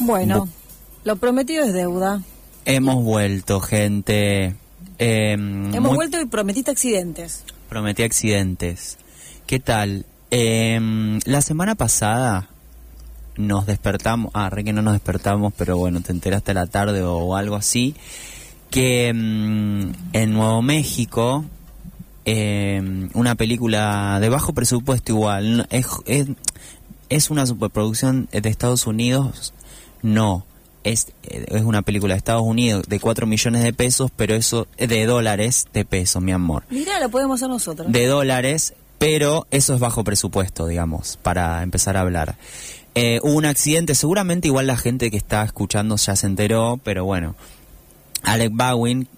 Bueno, lo prometido es deuda. Hemos vuelto, gente. Hemos vuelto y prometiste accidentes. Prometí accidentes. ¿Qué tal? La semana pasada nos despertamos, que no nos despertamos, pero bueno, te enteraste a la tarde o algo así, que en Nuevo México, una película de bajo presupuesto igual, es una superproducción de Estados Unidos, no, es una película de Estados Unidos de 4 millones de pesos, pero eso, de dólares, de pesos, mi amor. Mirá, lo podemos hacer nosotros. De dólares, pero eso es bajo presupuesto, digamos, para empezar a hablar. Hubo un accidente, seguramente igual la gente que está escuchando ya se enteró, pero bueno, Alec Baldwin,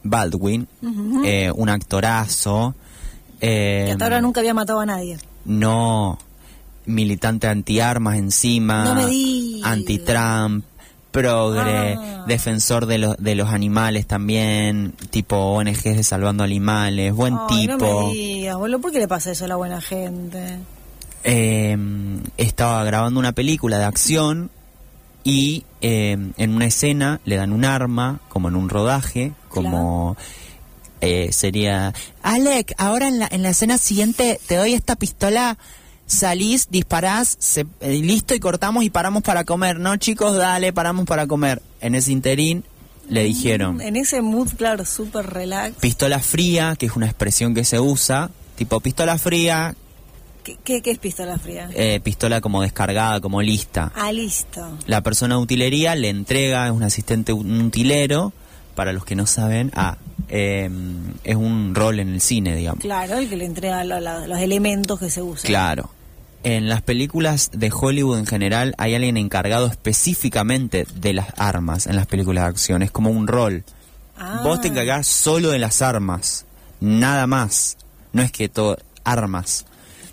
un actorazo. Que hasta ahora nunca había matado a nadie. No, militante antiarmas encima, no me digas. Anti-Trump, progre, defensor de los animales también, tipo ONGs de salvando animales, buen tipo. No me digas, boludo, ¿por qué le pasa eso a la buena gente? Estaba grabando una película de acción y en una escena le dan un arma, como en un rodaje, como sería: Alec, ahora en la escena siguiente te doy esta pistola, salís, disparás, listo, y cortamos y paramos para comer. No, chicos, dale, paramos para comer. En ese interín le dijeron, en ese mood, claro, súper relax, pistola fría, que es una expresión que se usa, tipo pistola fría. ¿Qué es pistola fría? Pistola como descargada, como lista. Listo. La persona de utilería le entrega, es un asistente, un utilero, para los que no saben, es un rol en el cine, digamos. Claro, el que le entrega los elementos que se usan. Claro. En las películas de Hollywood en general hay alguien encargado específicamente de las armas en las películas de acción, es como un rol. Vos te encargás solo de las armas, nada más. No es que todo, armas.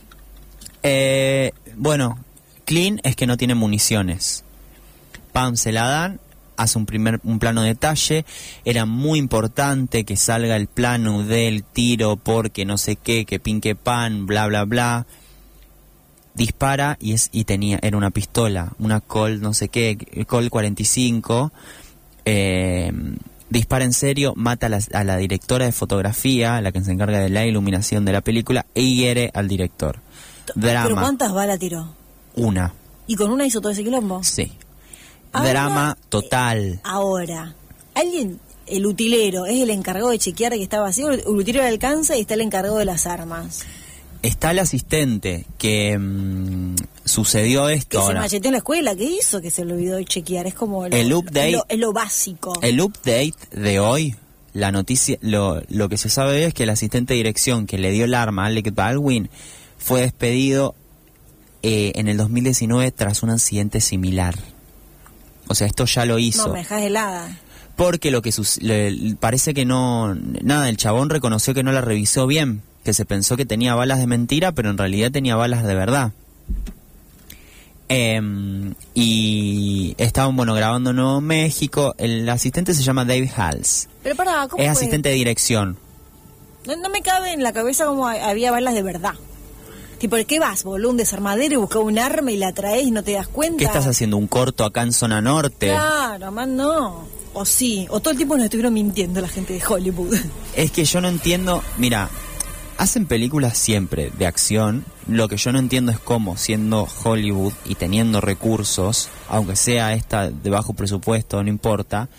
Bueno, Clint es que no tiene municiones. Pam se la dan, hace un plano de detalle. Era muy importante que salga el plano del tiro porque no sé qué, que pin que pan, bla bla bla. Dispara era una pistola, una Colt no sé qué, Colt 45. Dispara en serio, mata a la directora de fotografía, la que se encarga de la iluminación de la película, y hiere al director. Drama. ¿Pero cuántas balas tiró? Una. ¿Y con una hizo todo ese quilombo? Sí. Ahora, drama total. Ahora, el utilero, es el encargado de chequear que está vacío, el utilero alcanza y está el encargado de las armas. Está el asistente que sucedió esto. Que ahora se macheteó en la escuela, ¿qué hizo? Que se le olvidó de chequear, es como el update, lo básico. El update de hoy, la noticia, lo que se sabe es que el asistente de dirección que le dio el arma a Alec Baldwin fue despedido en el 2019 tras un accidente similar. O sea, esto ya lo hizo. No, me dejas helada. Porque lo que parece que el chabón reconoció que no la revisó bien, que se pensó que tenía balas de mentira, pero en realidad tenía balas de verdad. Y estaban, grabando en Nuevo México. El asistente se llama Dave Hals. Pero pará, ¿cómo es fue? Asistente de dirección. No me cabe en la cabeza cómo había balas de verdad. Tipo, ¿qué vas, boludo? Un desarmadero y buscas un arma y la traes y no te das cuenta. ¿Qué estás haciendo? ¿Un corto acá en zona norte? Claro, más no. O sí, o todo el tiempo nos estuvieron mintiendo la gente de Hollywood. Es que yo no entiendo, mira, hacen películas siempre de acción, lo que yo no entiendo es cómo, siendo Hollywood y teniendo recursos, aunque sea esta de bajo presupuesto, no importa,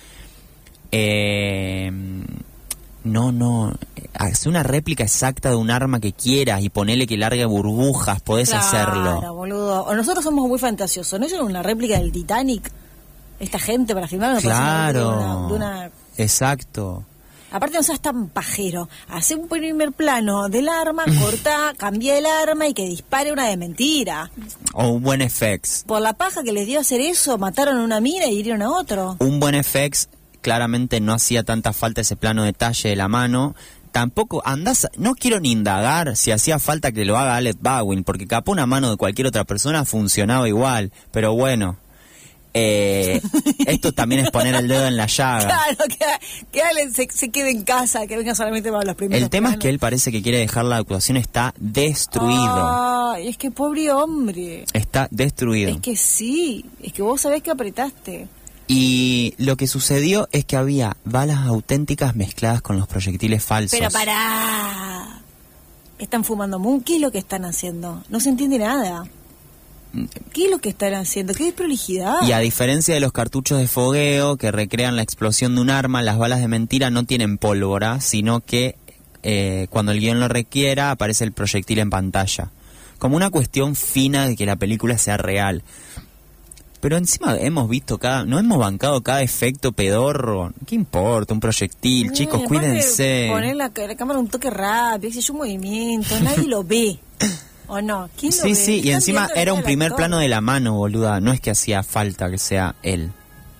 hace una réplica exacta de un arma que quieras y ponele que largue burbujas, podés hacerlo. Claro, boludo. O nosotros somos muy fantasiosos, ¿no es una réplica del Titanic? Esta gente para filmar una claro, de una... Exacto. Aparte no seas tan pajero. Hacé un primer plano del arma, corta, cambia el arma y que dispare una de mentira. O un buen FX. Por la paja que les dio hacer eso, mataron a una mina y hirieron a otro. Un buen FX, claramente no hacía tanta falta ese plano de detalle de la mano. Tampoco no quiero ni indagar si hacía falta que lo haga Alec Baldwin, porque capaz una mano de cualquier otra persona funcionaba igual, pero bueno. esto también es poner el dedo en la llaga. Claro, que Ale se quede en casa, que venga solamente para los primeros. El tema planos. es que él parece que quiere dejar la actuación, está destruido. Ay, es que pobre hombre. Está destruido. Es que sí, es que vos sabés que apretaste. Y lo que sucedió es que había balas auténticas mezcladas con los proyectiles falsos. Pero pará. Están fumando mucho. ¿Qué es lo que están haciendo? No se entiende nada. ¿Qué es lo que están haciendo? ¿Qué desprolijidad? Y a diferencia de los cartuchos de fogueo que recrean la explosión de un arma, las balas de mentira no tienen pólvora, sino que cuando el guión lo requiera aparece el proyectil en pantalla. Como una cuestión fina de que la película sea real. Pero encima hemos visto no hemos bancado cada efecto pedorro. ¿Qué importa? Un proyectil, chicos, cuídense. Poner la cámara un toque rápido, si es un movimiento, nadie lo ve. ¿O no? ¿Quién lo ve? Sí, y encima era un primer actor? plano de la mano, boluda. No es que hacía falta que sea él.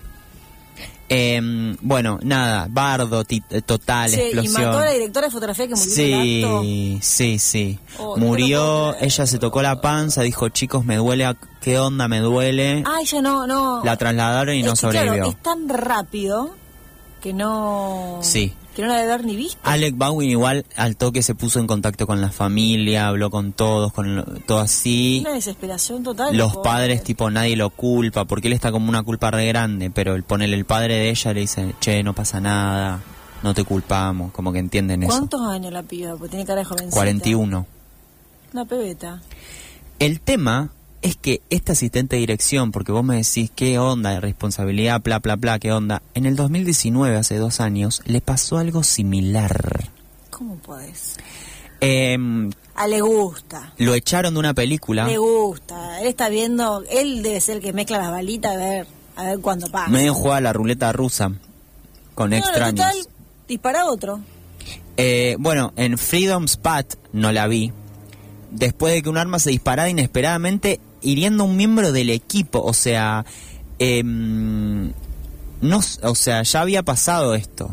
Bueno, nada, bardo total, explosión. Y mató a la directora de fotografía que murió en el acto. Sí. Oh, murió, ella se tocó la panza, dijo, chicos, me duele, ¿qué onda? Me duele. Ah, ella no. La trasladaron y no sobrevivió. Claro, es tan rápido que no... Sí. Que no la debe haber ni visto. Alec Baldwin igual al toque se puso en contacto con la familia, habló con todos, todo así. Una desesperación total. Los pobre. padres, tipo, nadie lo culpa, porque él está como una culpa re grande, pero el padre de ella le dice, che, no pasa nada, no te culpamos, como que entienden eso. ¿Cuántos años la piba? Porque tiene cara de jovencita. 41. Una pebeta. El tema es que este asistente de dirección, porque vos me decís, ¿qué onda? De responsabilidad, bla, ¿qué onda? En el 2019, hace 2 años, le pasó algo similar. ¿Cómo podés? Le gusta. Lo echaron de una película. Le gusta. Él está viendo, él debe ser el que mezcla las balitas a ver cuándo pasa. Medio juega a la ruleta rusa con extraños. Total, dispara otro. Bueno, en Freedom's Path no la vi. Después de que un arma se disparara inesperadamente hiriendo a un miembro del equipo, o sea, ya había pasado esto.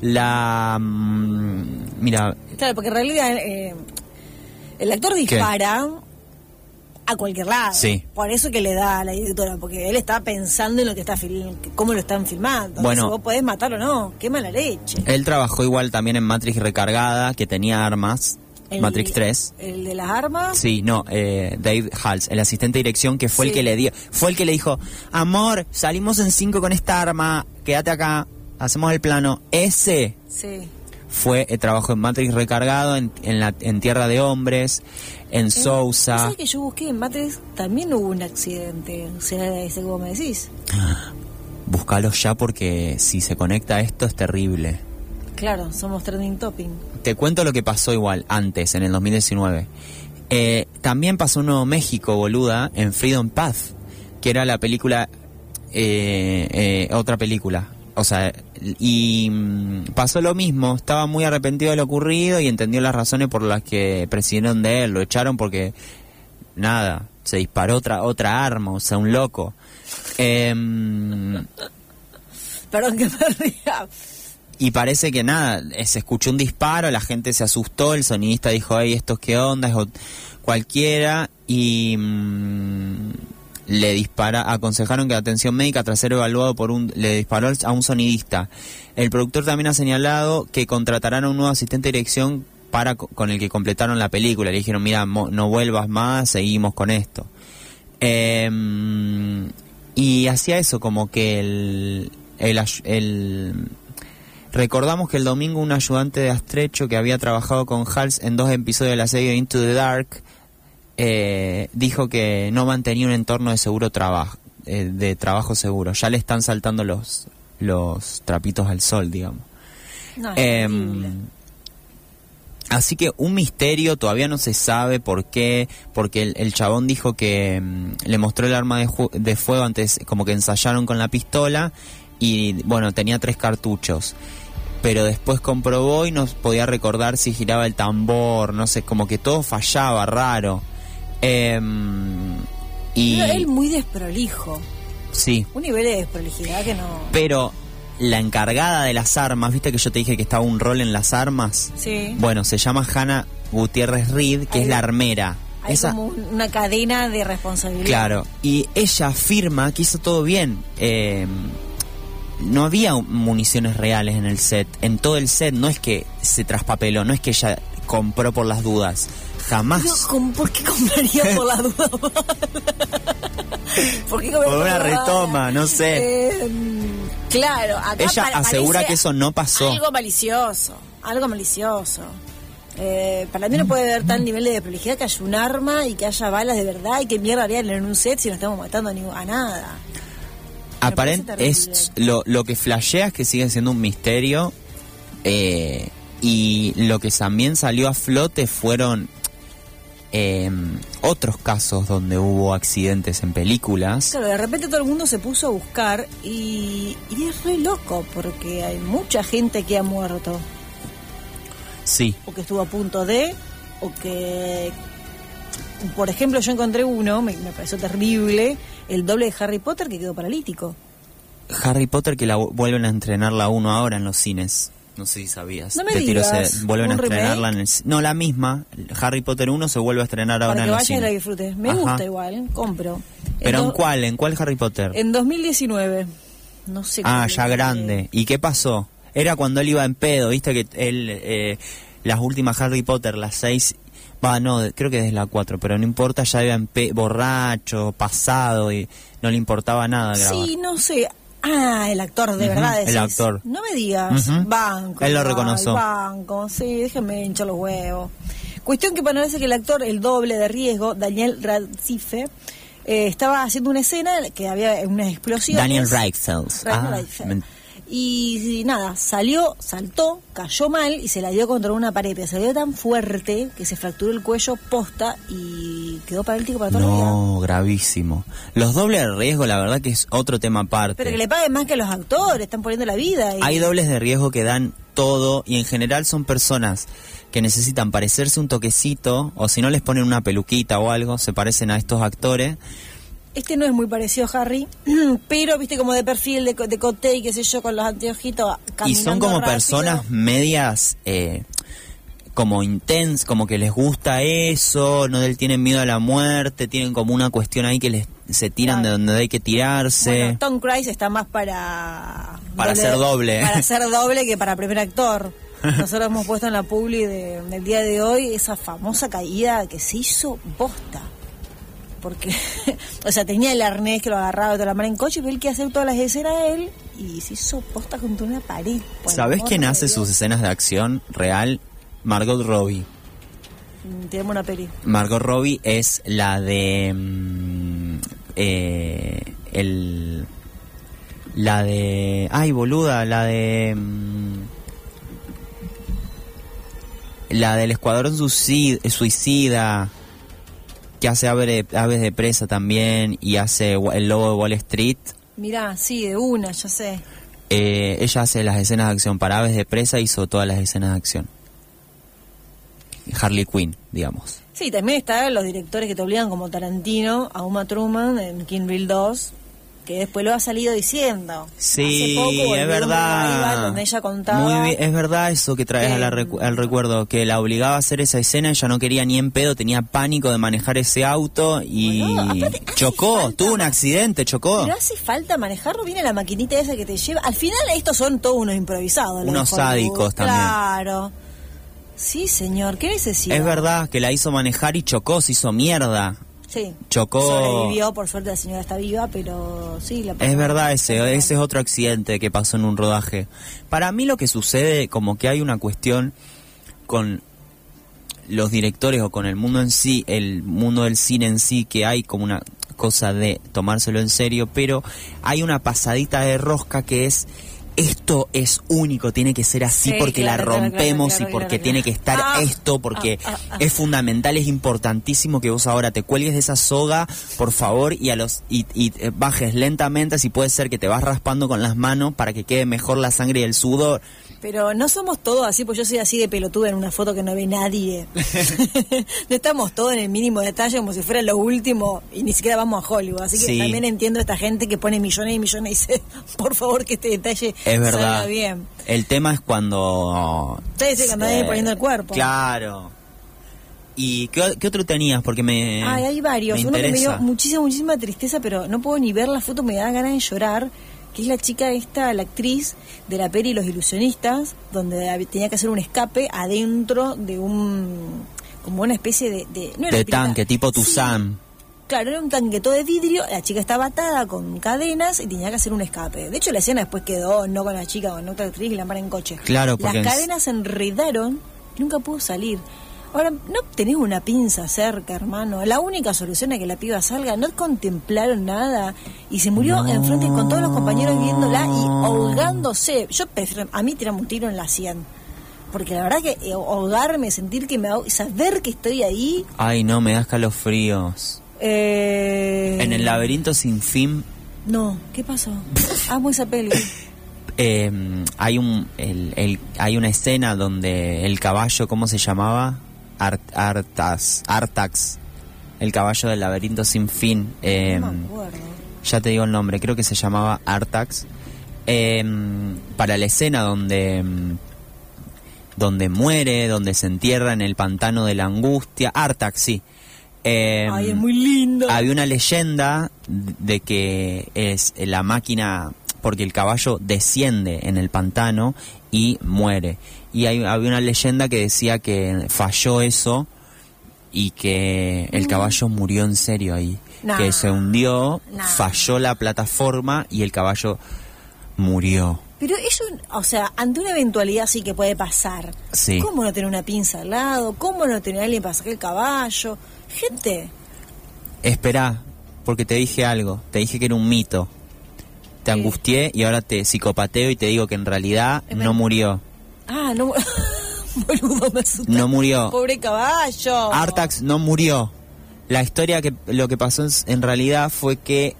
Mira. Claro, porque en realidad el actor dispara a cualquier lado. Sí. Por eso que le da a la directora, porque él está pensando en lo que está cómo lo están filmando. Bueno, si vos podés matarlo o no, qué mala leche. Él trabajó igual también en Matrix Recargada, que tenía armas. Matrix 3. ¿El de las armas? Sí, no, Dave Hals, el asistente de dirección que fue el que le dijo, amor, salimos en 5 con esta arma, quédate acá, hacemos el plano. Ese fue el trabajo en Matrix Recargado, en Tierra de Hombres, en Sousa. ¿Sabes que yo busqué en Matrix? También hubo un accidente, ¿será ese como me decís? Búscalo ya porque si se conecta a esto es terrible. Claro, somos trending topping. Te cuento lo que pasó igual antes, en el 2019. También pasó en Nuevo México, boluda, en Freedom Path, que era la película, otra película. O sea, y pasó lo mismo, estaba muy arrepentido de lo ocurrido y entendió las razones por las que prescindieron de él, lo echaron porque, nada, se disparó otra arma, o sea, un loco. Perdón que me ría. Y parece que nada, se escuchó un disparo, la gente se asustó, el sonidista dijo, ay, ¿esto qué onda? Es cualquiera, y le aconsejaron que atención médica tras ser evaluado le disparó a un sonidista. El productor también ha señalado que contratarán a un nuevo asistente de dirección con el que completaron la película. Le dijeron, mira, no vuelvas más, seguimos con esto. Y hacía eso, como que recordamos que el domingo un ayudante de Astrecho que había trabajado con Hals en 2 episodios de la serie Into the Dark dijo que no mantenía un entorno de de trabajo seguro. Ya le están saltando los trapitos al sol, digamos. No, así que un misterio, todavía no se sabe por qué, porque el chabón dijo que le mostró el arma de fuego antes, como que ensayaron con la pistola y bueno, tenía 3 cartuchos. Pero después comprobó y no podía recordar si giraba el tambor, no sé, como que todo fallaba, raro. Y era él muy desprolijo. Sí. Un nivel de desprolijidad que no... Pero la encargada de las armas, ¿viste que yo te dije que estaba un rol en las armas? Sí. Bueno, se llama Hannah Gutiérrez Reed, que es la armera. Hay como una cadena de responsabilidad. Claro, y ella afirma que hizo todo bien. No había municiones reales en el set. En todo el set no es que se traspapeló, no es que ella compró por las dudas. Jamás. ¿Por qué compraría por las dudas? ¿Por una retoma, no sé. Claro, acá ella asegura que eso no pasó. Algo malicioso. Para mí no puede haber tal nivel de desprolijidad que haya un arma y que haya balas de verdad y que mierda harían en un set si no estamos matando a nada. Es lo que flashea es que sigue siendo un misterio, y lo que también salió a flote fueron otros casos donde hubo accidentes en películas. Claro, de repente todo el mundo se puso a buscar y es re loco porque hay mucha gente que ha muerto. Sí. O que estuvo a punto de, o que... Por ejemplo, yo encontré uno, me pareció terrible, el doble de Harry Potter que quedó paralítico. Harry Potter que vuelven a entrenar la 1 ahora en los cines. No sé si sabías. No me digas. Vuelven a estrenarla en el... No, la misma. Harry Potter 1 se vuelve a estrenar ahora en los cines. Para que vayas y la disfrutes. Me gusta igual, compro. ¿Pero en cuál? ¿En cuál Harry Potter? En 2019. No sé. Ya grande. ¿Y qué pasó? Era cuando él iba en pedo, viste que él... las últimas Harry Potter, las 6... creo que desde la 4, pero no importa, ya iba borracho, pasado, y no le importaba nada grabar. Sí, no sé. El actor, de verdad. El actor. No me digas. Banco. Él lo reconoció. Banco, sí, déjame hinchar los huevos. Cuestión que parece que el actor, el doble de riesgo, Daniel Radcliffe, estaba haciendo una escena que había unas explosiones. Daniel Radcliffe. Y nada, saltó, cayó mal y se la dio contra una pared. Pero se la dio tan fuerte que se fracturó el cuello posta y quedó paralítico para toda la vida. No, gravísimo. Los dobles de riesgo, la verdad que es otro tema aparte. Pero que le paguen más que a los actores, están poniendo la vida. Hay dobles de riesgo que dan todo y en general son personas que necesitan parecerse un toquecito, o si no les ponen una peluquita o algo, se parecen a estos actores. Este no es muy parecido a Harry, pero viste como de perfil, de coté y qué sé yo, con los anteojitos caminando. Y son como rápido. Personas medias, como intensas, como que les gusta eso, no tienen miedo a la muerte, tienen como una cuestión ahí que se tiran de donde hay que tirarse. Bueno, Tom Cruise está más para ser doble. Para ser doble que para primer actor. Nosotros hemos puesto en la publi del día de hoy esa famosa caída que se hizo bosta. Porque, o sea, tenía el arnés que lo agarraba de toda la mano en coche, pero él que hacer todas las escenas de él y se hizo posta contra una pared. ¿Sabés quién hace sus escenas de acción real? Margot Robbie. Tenemos una peli. Margot Robbie es la de... la de... Ay, boluda, la de... la del Escuadrón Suicida, que hace Aves de Presa también, y hace El Lobo de Wall Street. Mirá, sí, de una, ya sé. Ella hace las escenas de acción. Para Aves de Presa hizo todas las escenas de acción. Harley Quinn, digamos. Sí, también están los directores que te obligan, como Tarantino, a Uma Thurman en Kill Bill 2, que después lo ha salido diciendo. Sí, hace poco, es verdad. Donde ella contaba. Muy bien, es verdad eso que traes al recuerdo, que la obligaba a hacer esa escena, ella no quería ni en pedo, tenía pánico de manejar ese auto y chocó, tuvo un accidente, chocó. Pero hace falta manejarlo, viene la maquinita esa que te lleva. Al final estos son todos unos improvisados. Unos sádicos también. Claro. Sí, señor, ¿qué necesidad? Es verdad que la hizo manejar y chocó, se hizo mierda. Sí. Chocó. Sobrevivió, por suerte la señora está viva, pero sí. Es verdad, ese es otro accidente que pasó en un rodaje. Para mí lo que sucede, como que hay una cuestión con los directores o con el mundo en sí, el mundo del cine en sí, que hay como una cosa de tomárselo en serio, pero hay una pasadita de rosca que es... Esto es único, tiene que ser así, sí, porque claro, la rompemos y porque tiene que estar esto, porque es fundamental, es importantísimo que vos ahora te cuelgues de esa soga, por favor, y bajes lentamente, si puede ser que te vas raspando con las manos para que quede mejor la sangre y el sudor. Pero no somos todos así, pues yo soy así de pelotuda en una foto que no ve nadie. No estamos todos en el mínimo detalle como si fuera lo último y ni siquiera vamos a Hollywood. Así que sí, también entiendo a esta gente que pone millones y millones y dice, por favor, que este detalle salga bien. El tema es cuando... Ustedes dicen que nadie poniendo el cuerpo. Claro. ¿Y qué otro tenías? Porque Ay, hay varios. me Uno que me dio interesa. muchísima tristeza, pero no puedo ni ver la foto, me da ganas de llorar, que es la chica esta, la actriz de la peli Los Ilusionistas, donde tenía que hacer un escape adentro de como una especie de no era De pirata. tanque, tipo Sí, Tuzán. claro, era un tanque todo de vidrio, la chica estaba atada con cadenas y tenía que hacer un escape. De hecho, la escena después quedó no con la chica, con otra actriz y la van en coche. Claro, porque las cadenas se enredaron y nunca pudo salir. Ahora, ¿no tenés una pinza cerca, hermano? La única solución es que la piba salga. No contemplaron nada y se murió No. enfrente con todos los compañeros viéndola y ahogándose. Yo prefiero, a mí tirarme un tiro en la 100. Porque la verdad que ahogarme, sentir que me ahogo, saber que estoy ahí... Ay, no, me da escalofríos. En el laberinto sin fin No, ¿qué pasó? Amo esa peli. hay hay una escena donde el caballo, ¿cómo se llamaba? Artax, el caballo del laberinto sin fin. No me acuerdo. Ya te digo el nombre, creo que se llamaba Artax. Para la escena donde muere, donde se entierra en el pantano de la angustia. Artax, sí. Ay, es muy lindo. Había una leyenda de que es la máquina, porque el caballo desciende en el pantano y muere. Y había una leyenda que decía que falló eso y que el caballo murió en serio ahí. Nah. Que se hundió, Nah. falló la plataforma y el caballo murió. Pero eso, o sea, ante una eventualidad sí que puede pasar. Sí. ¿Cómo no tener una pinza al lado? ¿Cómo no tener a alguien para sacar el caballo? Gente, Esperá, porque te dije algo, te dije que era un mito. Te ¿Qué? angustié y ahora te psicopateo y te digo que en realidad no murió. no, boludo, me asusté. No murió. Pobre caballo. Artax no murió. La historia lo que pasó en realidad fue que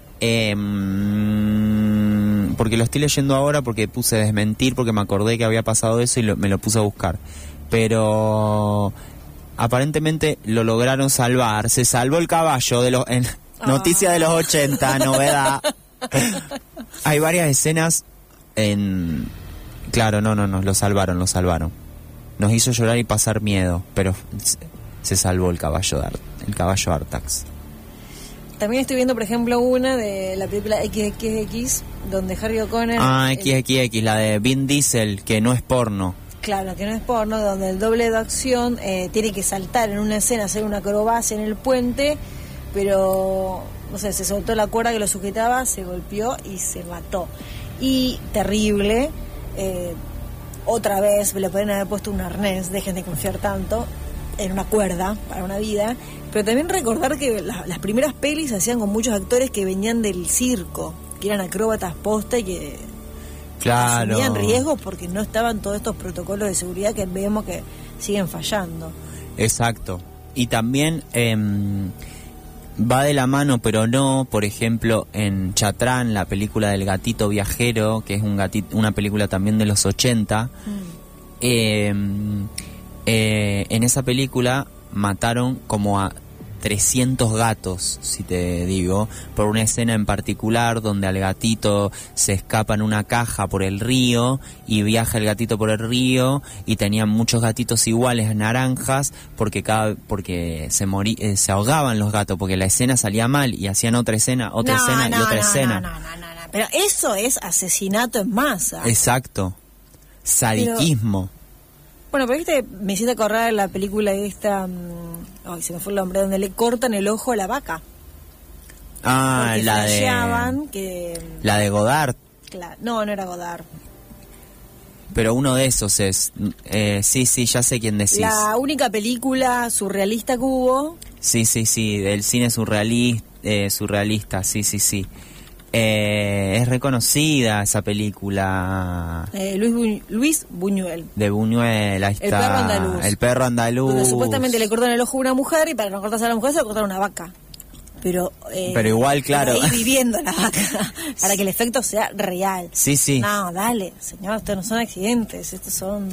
porque lo estoy leyendo ahora porque puse desmentir porque me acordé que había pasado eso y me lo puse a buscar. Pero aparentemente lo lograron salvar. Se salvó el caballo noticia de los 80, novedad. Hay varias escenas Claro, no, lo salvaron. Nos hizo llorar y pasar miedo, pero se salvó el caballo Artax. También estoy viendo, por ejemplo, una de la película XXX, donde Harry O'Connor... XXX, la de Vin Diesel, que no es porno. Claro, que no es porno, donde el doble de acción tiene que saltar en una escena, hacer una acrobacia en el puente, pero, no sé, se soltó la cuerda que lo sujetaba, se golpeó y se mató. Y terrible, otra vez le pueden haber puesto un arnés, dejen de confiar tanto en una cuerda para una vida, pero también recordar que las primeras pelis se hacían con muchos actores que venían del circo, que eran acróbatas posta y que asumían riesgos porque no estaban todos estos protocolos de seguridad que vemos que siguen fallando. Exacto. Y también va de la mano, pero no, por ejemplo, en Chatrán, la película del gatito viajero, que es una película también de los 80, en esa película mataron como a 300 gatos, si te digo, por una escena en particular donde al gatito se escapa en una caja por el río y viaja el gatito por el río y tenían muchos gatitos iguales naranjas porque se ahogaban los gatos porque la escena salía mal y hacían otra escena y otra escena. No. Pero eso es asesinato en masa. Exacto. Sadiquismo. Bueno, pero viste, me hiciste acordar la película esta, se me fue el nombre, donde le cortan el ojo a la vaca. Porque flasheaban la de Godard. Claro, no era Godard. Pero uno de esos es, sí, ya sé quién decís. La única película surrealista que hubo. Sí, del cine surrealista, sí. Es reconocida esa película. Luis Buñuel. De Buñuel, ahí está. El perro andaluz. Donde supuestamente le cortan el ojo a una mujer y para no cortarse a la mujer se le cortaron una vaca. Pero igual, claro. Ahí viviendo la vaca, para que el efecto sea real. Sí. No, dale, señor, estos no son accidentes, estos son...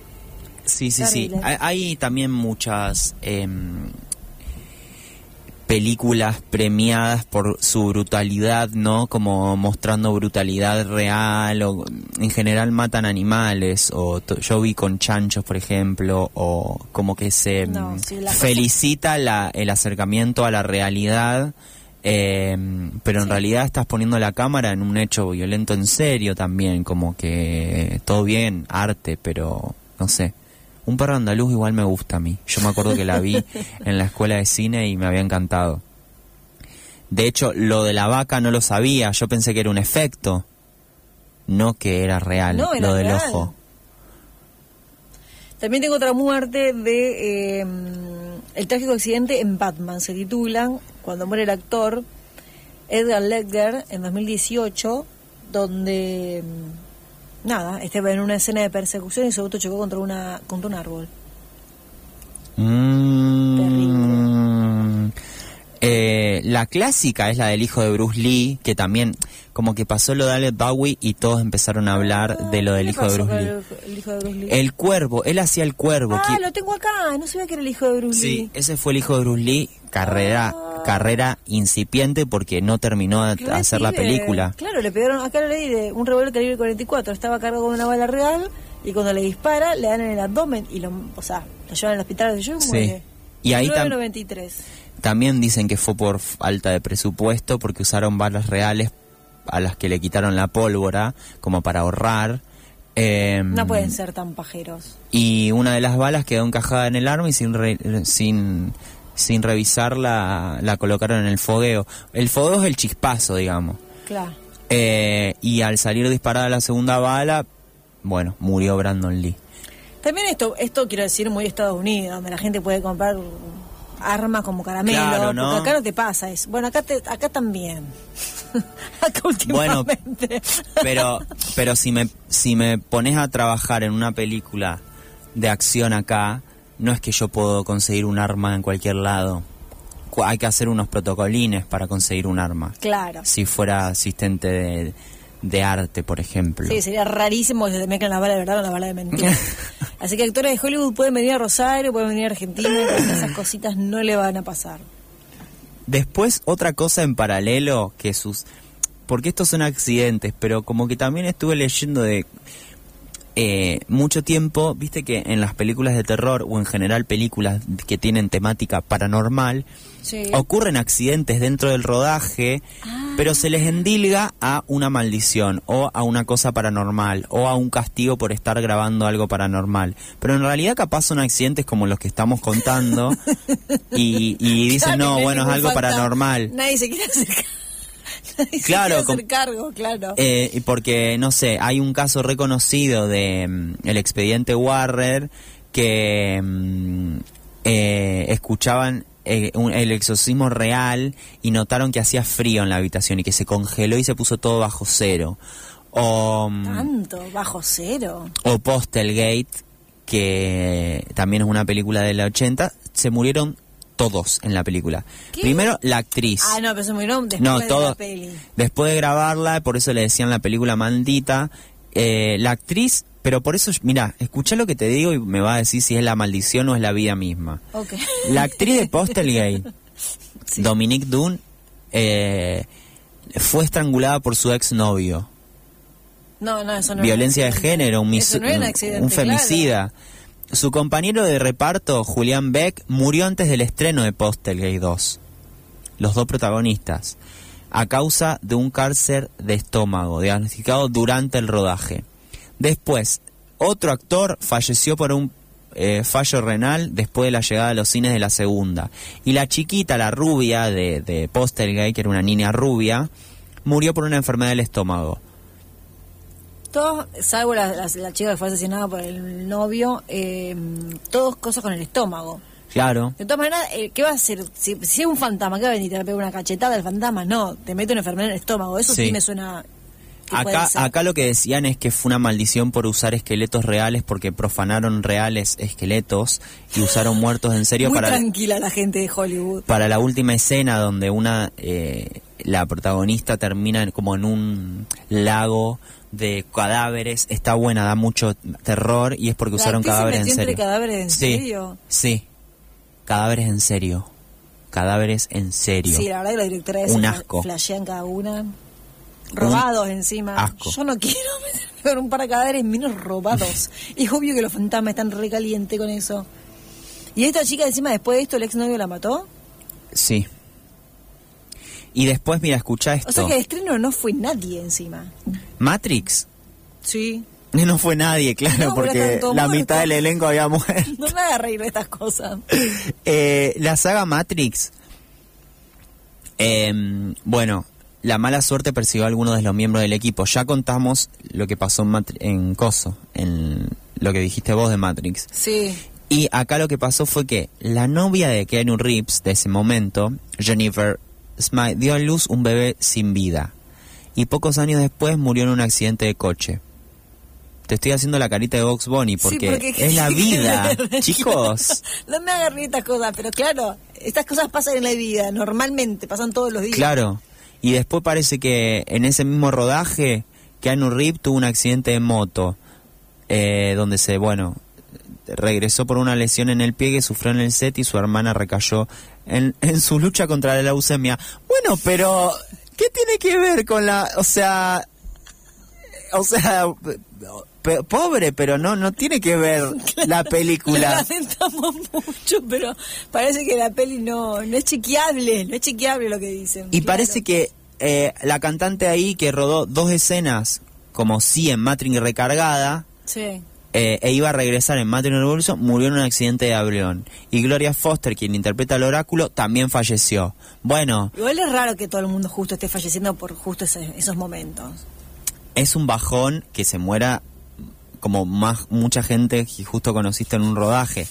Sí. Hay también muchas películas premiadas por su brutalidad, ¿no? Como mostrando brutalidad real, o en general matan animales, o yo vi con chanchos, por ejemplo, o como que se felicita el acercamiento a la realidad, pero en realidad estás poniendo la cámara en un hecho violento en serio también, como que todo bien, arte, pero no sé. Un perro andaluz igual me gusta a mí. Yo me acuerdo que la vi en la escuela de cine y me había encantado. De hecho, lo de la vaca no lo sabía. Yo pensé que era un efecto, no que era real, no, era lo del real. ojo. También tengo otra muerte de el trágico accidente en Batman. Se titulan cuando muere el actor Edgar Ledger en 2018, donde... Nada, estaba en una escena de persecución y su auto chocó contra un árbol. La clásica es la del hijo de Bruce Lee, que también como que pasó lo de Alec Bowie y todos empezaron a hablar de lo del hijo de Bruce Lee. El hijo de Bruce Lee. El cuervo, él hacía el cuervo. Lo tengo acá, no sabía que era el hijo de Bruce Lee. Sí, ese fue el hijo de Bruce Lee, carrera incipiente porque no terminó de hacer la película. Claro, le pegaron, acá lo leí, de un revólver calibre 44, estaba cargado con una bala real y cuando le dispara le dan en el abdomen y lo llevan al hospital de y muere. Y ahí 1993. También dicen que fue por falta de presupuesto porque usaron balas reales a las que le quitaron la pólvora como para ahorrar. No pueden ser tan pajeros. Y una de las balas quedó encajada en el arma y sin revisarla la colocaron en el fogueo. El fogueo es el chispazo, digamos. Claro. Y al salir disparada la segunda bala, bueno, murió Brandon Lee. También esto quiero decir muy Estados Unidos, donde la gente puede comprar armas como caramelo, claro, ¿no? Porque acá no te pasa eso. Bueno, acá también. Acá últimamente. Bueno, pero si me pones a trabajar en una película de acción acá, no es que yo puedo conseguir un arma en cualquier lado. Hay que hacer unos protocolines para conseguir un arma. Claro. Si fuera asistente de arte, por ejemplo. Sí, sería rarísimo que se te mezclen las balas de verdad con las balas de mentira. Así que actores de Hollywood pueden venir a Rosario, pueden venir a Argentina, y esas cositas no le van a pasar. Después, otra cosa en paralelo, que porque estos son accidentes, pero como que también estuve leyendo de mucho tiempo, viste que en las películas de terror, o en general películas que tienen temática paranormal, sí, ocurren accidentes dentro del rodaje, pero se les endilga a una maldición, o a una cosa paranormal, o a un castigo por estar grabando algo paranormal. Pero en realidad capaz son accidentes como los que estamos contando, y dicen, claro, no, bueno, es algo paranormal. Nadie se quiere acercar. Claro, hacer cargo, claro. Porque, no sé, hay un caso reconocido de el expediente Warren que escuchaban el exorcismo real y notaron que hacía frío en la habitación y que se congeló y se puso todo bajo cero. ¿Tanto? ¿Bajo cero? O Postelgate, que también es una película de la 80, se murieron todos en la película. ¿Qué? Primero, la actriz. No, pero se murieron después de la peli. Después de grabarla, por eso le decían la película maldita. La actriz, pero por eso, mira, escuchá lo que te digo y me va a decir si es la maldición o es la vida misma. Okay. La actriz de Postelgate, sí, Dominique Dunne, fue estrangulada por su exnovio. No, eso no. Violencia de género, un femicida. Claro. Su compañero de reparto, Julian Beck, murió antes del estreno de Postelgate 2. Los dos protagonistas, a causa de un cáncer de estómago, diagnosticado durante el rodaje. Después, otro actor falleció por un fallo renal después de la llegada a los cines de la segunda. Y la chiquita, la rubia de Postelgate, que era una niña rubia, murió por una enfermedad del estómago. Todos, salvo la chica que fue asesinada por el novio, todos cosas con el estómago. Claro. De todas maneras, ¿qué va a hacer? Si es un fantasma, ¿qué va a venir? ¿Te va a pegar una cachetada del fantasma? No, te mete una enfermedad en el estómago. Eso sí me suena... Acá lo que decían es que fue una maldición por usar esqueletos reales porque profanaron reales esqueletos y usaron muertos en serio. Muy tranquila la gente de Hollywood. Para la última escena donde la protagonista termina como en un lago de cadáveres, está buena, da mucho terror y es porque usaron cadáveres en serio. ¿Cadáveres en serio? Sí, cadáveres en serio. cadáveres en serio. Sí, la verdad que la directora de Un esa asco. flashean cada una. Robados encima. asco. Yo no quiero meterme con un par de cadáveres menos robados. Es obvio que los fantasmas están recalientes con eso. ¿Y esta chica encima después de esto el exnovio la mató? Sí. Y después, mira, escucha esto. O sea que el estreno no fue nadie encima. Matrix. Sí. No fue nadie, claro, No, pero porque están todos la muertos. mitad del elenco había muerto. No me hagas reír de estas cosas. La saga Matrix, bueno, la mala suerte persiguió a algunos de los miembros del equipo. Ya contamos lo que pasó en Coso, en lo que dijiste vos de Matrix. Sí. Y acá lo que pasó fue que la novia de Keanu Reeves de ese momento, Jennifer Smythe, dio a luz un bebé sin vida. Y pocos años después murió en un accidente de coche. Te estoy haciendo la carita de Box Bunny porque, es la vida, chicos. No me hagas reír estas cosas, pero claro, estas cosas pasan en la vida, normalmente, pasan todos los días. Claro, y después parece que en ese mismo rodaje, Keanu Reeves tuvo un accidente de moto, donde regresó por una lesión en el pie que sufrió en el set y su hermana recayó en su lucha contra la leucemia. Bueno, pero, ¿qué tiene que ver con o sea, pobre, pero no tiene que ver la película. Lo lamentamos mucho, pero parece que la peli no es chequeable, no es chequeable lo que dicen. Y claro. parece que la cantante ahí que rodó 2 escenas, como sí en Matrix recargada, Sí. e iba a regresar en Matrix Revolution, murió en un accidente de avión. Y Gloria Foster, quien interpreta al oráculo, también falleció. Bueno, Igual es raro que todo el mundo justo esté falleciendo por justo esos momentos. es un bajón que se muera como mucha gente que justo conociste en un rodaje.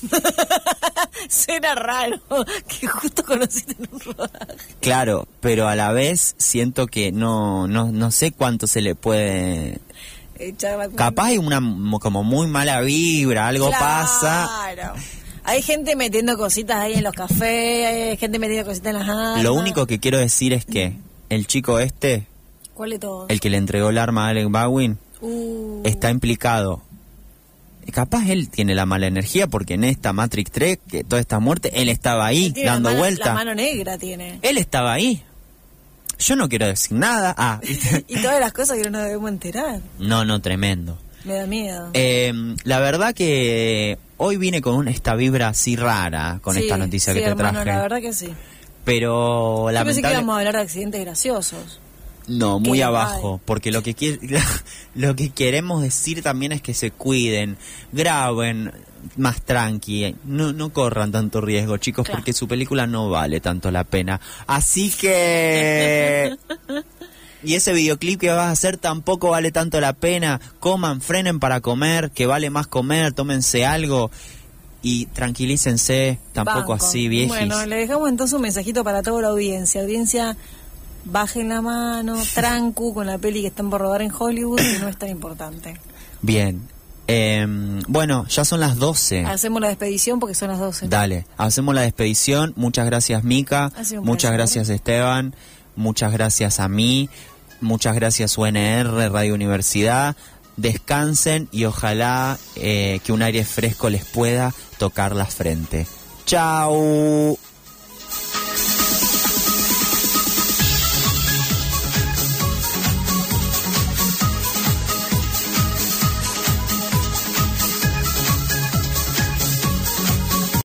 Suena raro que justo conociste en un rodaje. Claro, pero a la vez siento que no sé cuánto se le puede... Echar la culpa. Capaz hay una como muy mala vibra, algo pasa. Claro. Hay gente metiendo cositas ahí en los cafés, hay gente metiendo cositas en las armas. Lo único que quiero decir es que el chico ¿Cuál de todos? el que le entregó el arma a Alec Baldwin, está implicado. Capaz él tiene la mala energía porque en esta Matrix 3, que toda esta muerte, él estaba ahí Él tiene dando la vueltas. mano negra tiene. Él estaba ahí. Yo no quiero decir nada. Y todas las cosas que no nos debemos enterar. No, tremendo. Me da miedo. La verdad que hoy vine con esta vibra así rara con Sí, esta noticia sí, que te hermano, traje. la verdad que sí. Pero Yo pensé que lamentable. íbamos a hablar de accidentes graciosos. No, muy Que abajo, porque lo que lo que queremos decir también es que se cuiden, graben más tranqui, no corran tanto riesgo, chicos, Claro. porque su película no vale tanto la pena. Así que... Y ese videoclip que vas a hacer tampoco vale tanto la pena. Coman, frenen para comer, que vale más comer, tómense algo y tranquilícense, tampoco Banco. así, viejis. Bueno, le dejamos entonces un mensajito para toda la audiencia. Audiencia, bajen la mano, trancu con la peli que están por rodar en Hollywood y no es tan importante. Bien. Bueno, ya son las 12. Hacemos la despedición porque son las 12. Dale, hacemos la despedición. Muchas gracias, Mica. Ha sido un Muchas placer. gracias, Esteban. Muchas gracias a mí. Muchas gracias, UNR, Radio Universidad. Descansen y ojalá que un aire fresco les pueda tocar la frente. ¡Chao!